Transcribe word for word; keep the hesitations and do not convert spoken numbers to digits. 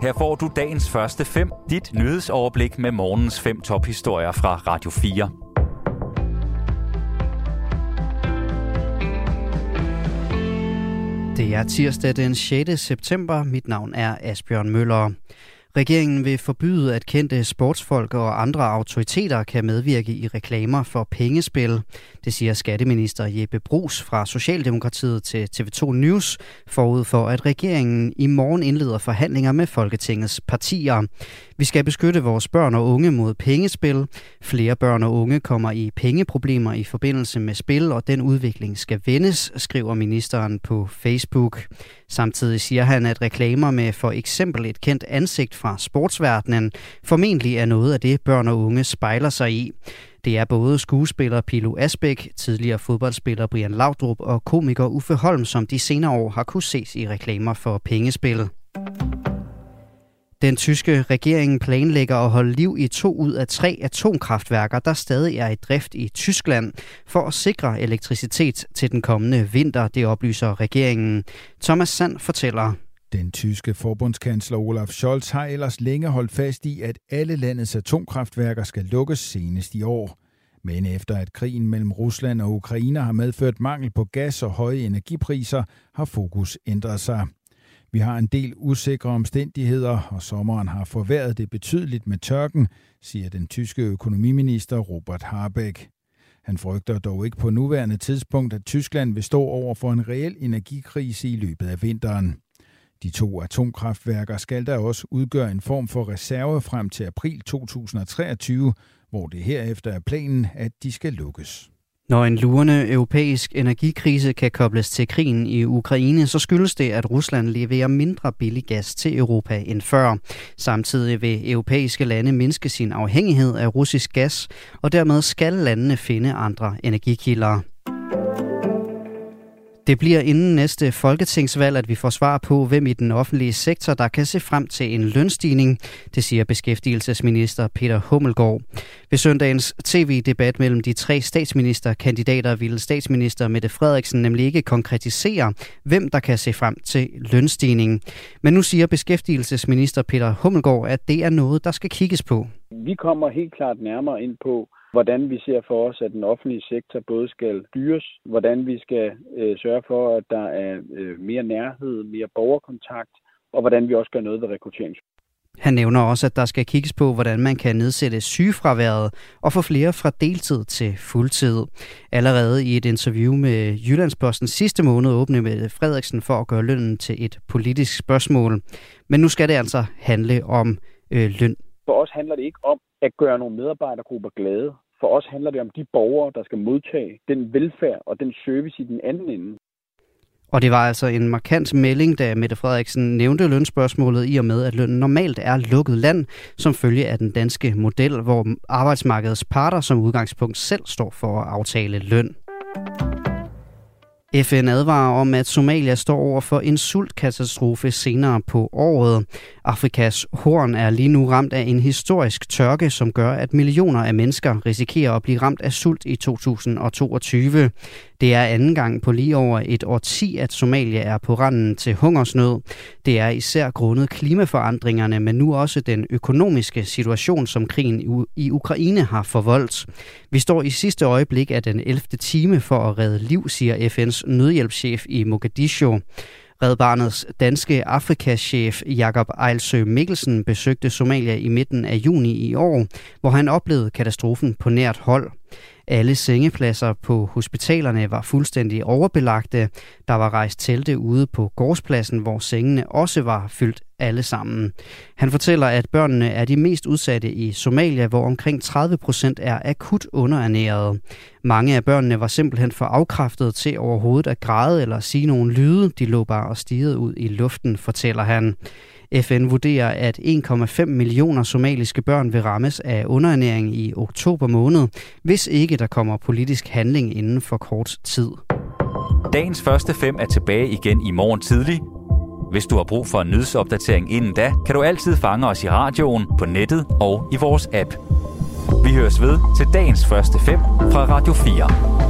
Her får du dagens første fem, dit nyhedsoverblik med morgens fem tophistorier fra Radio fire. Det er tirsdag den sjette september. Mit navn er Asbjørn Møller. Regeringen vil forbyde, at kendte sportsfolk og andre autoriteter kan medvirke i reklamer for pengespil. Det siger skatteminister Jeppe Bruus fra Socialdemokratiet til T V to News, forud for at regeringen i morgen indleder forhandlinger med Folketingets partier. Vi skal beskytte vores børn og unge mod pengespil. Flere børn og unge kommer i pengeproblemer i forbindelse med spil, og den udvikling skal vendes, skriver ministeren på Facebook. Samtidig siger han, at reklamer med for eksempel et kendt ansigt fra sportsverdenen formentlig er noget af det, børn og unge spejler sig i. Det er både skuespiller Pilo Asbæk, tidligere fodboldspiller Brian Laudrup og komiker Uffe Holm, som de senere år har kunnet ses i reklamer for pengespil. Den tyske regering planlægger at holde liv i to ud af tre atomkraftværker, der stadig er i drift i Tyskland, for at sikre elektricitet til den kommende vinter, det oplyser regeringen. Thomas Sand fortæller. Den tyske forbundskansler Olaf Scholz har ellers længe holdt fast i, at alle landets atomkraftværker skal lukkes senest i år. Men efter at krigen mellem Rusland og Ukraine har medført mangel på gas og høje energipriser, har fokus ændret sig. Vi har en del usikre omstændigheder, og sommeren har forværret det betydeligt med tørken, siger den tyske økonomiminister Robert Habeck. Han frygter dog ikke på nuværende tidspunkt, at Tyskland vil stå over for en reel energikrise i løbet af vinteren. De to atomkraftværker skal der også udgøre en form for reserve frem til april to tusind og treogtyve, hvor det herefter er planen, at de skal lukkes. Når en lurende europæisk energikrise kan kobles til krigen i Ukraine, så skyldes det, at Rusland leverer mindre billig gas til Europa end før. Samtidig vil europæiske lande mindske sin afhængighed af russisk gas, og dermed skal landene finde andre energikilder. Det bliver inden næste folketingsvalg, at vi får svar på, hvem i den offentlige sektor, der kan se frem til en lønstigning. Det siger beskæftigelsesminister Peter Hummelgaard. Ved søndagens tv-debat mellem de tre statsministerkandidater ville statsminister Mette Frederiksen nemlig ikke konkretisere, hvem der kan se frem til lønstigning. Men nu siger beskæftigelsesminister Peter Hummelgaard, at det er noget, der skal kigges på. Vi kommer helt klart nærmere ind på, hvordan vi ser for os, at den offentlige sektor både skal styres, hvordan vi skal øh, sørge for, at der er øh, mere nærhed, mere borgerkontakt, og hvordan vi også gør noget ved rekruttering. Han nævner også, at der skal kigges på, hvordan man kan nedsætte sygefraværet og få flere fra deltid til fuldtid. Allerede i et interview med Jyllandsposten sidste måned åbnede Mette Frederiksen for at gøre lønnen til et politisk spørgsmål. Men nu skal det altså handle om øh, løn. For os handler det ikke om at gøre nogle medarbejdergrupper glade. For os handler det om de borgere, der skal modtage den velfærd og den service i den anden ende. Og det var altså en markant melding, da Mette Frederiksen nævnte lønspørgsmålet i og med, at lønnen normalt er lukket land, som følge af den danske model, hvor arbejdsmarkedets parter som udgangspunkt selv står for at aftale løn. F N advarer om, at Somalia står over for en sultkatastrofe senere på året. Afrikas Horn er lige nu ramt af en historisk tørke, som gør, at millioner af mennesker risikerer at blive ramt af sult i to tusind og toogtyve. Det er anden gang på lige over et årti, at Somalia er på randen til hungersnød. Det er især grundet klimaforandringerne, men nu også den økonomiske situation, som krigen i Ukraine har forvoldt. Vi står i sidste øjeblik af den ellevte time for at redde liv, siger F N's nødhjælpschef i Mogadishu. Red Barnets danske Afrikachef Jakob Ejlsø Mikkelsen besøgte Somalia i midten af juni i år, hvor han oplevede katastrofen på nært hold. Alle sengepladser på hospitalerne var fuldstændig overbelagte. Der var rejst telte ude på gårdspladsen, hvor sengene også var fyldt alle sammen. Han fortæller, at børnene er de mest udsatte i Somalia, hvor omkring tredive procent er akut underernærede. Mange af børnene var simpelthen for afkræftet til overhovedet at græde eller sige nogle lyde. De lå bare og stirrede ud i luften, fortæller han. F N vurderer, at en komma fem millioner somaliske børn vil rammes af underernæring i oktober måned, hvis ikke der kommer politisk handling inden for kort tid. Dagens første fem er tilbage igen i morgen tidlig. Hvis du har brug for en nyhedsopdatering inden da, kan du altid fange os i radioen, på nettet og i vores app. Vi høres ved til dagens første fem fra Radio fire.